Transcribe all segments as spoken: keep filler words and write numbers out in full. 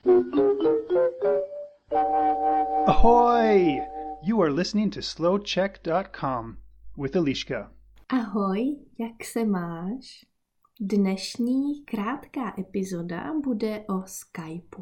Ahoy! You are listening to slow check dot com with Eliška. Ahoj, jak se máš? Dnešní krátká epizoda bude o Skypeu.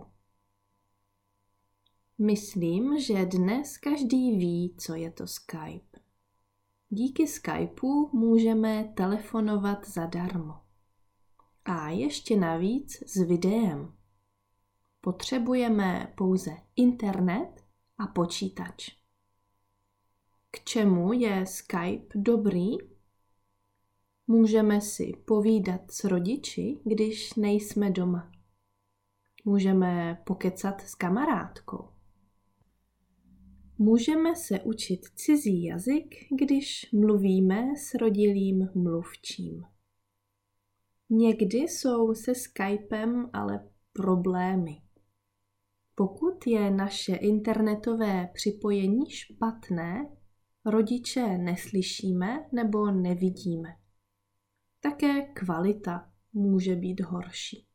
Myslím, že dnes každý ví, co je to Skype. Díky Skypeu můžeme telefonovat zadarmo. A ještě navíc s videem. Potřebujeme pouze internet a počítač. K čemu je Skype dobrý? Můžeme si povídat s rodiči, když nejsme doma. Můžeme pokecat s kamarádkou. Můžeme se učit cizí jazyk, když mluvíme s rodilým mluvčím. Někdy jsou se Skypem ale problémy. Pokud je naše internetové připojení špatné, rodiče neslyšíme nebo nevidíme. Také kvalita může být horší.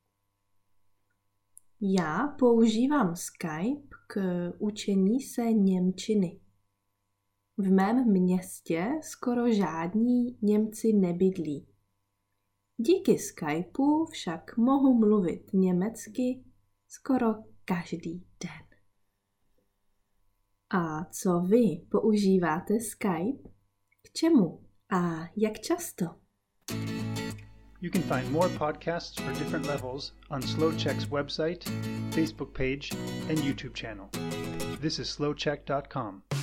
Já používám Skype k učení se němčiny. V mém městě skoro žádní Němci nebydlí. Díky Skypeu však mohu mluvit německy skoro každý den. A co vy používáte Skype? K čemu a jak často? You can find more podcasts for different levels on SlowCheck's website, Facebook page, and YouTube channel. This is slow check dot com.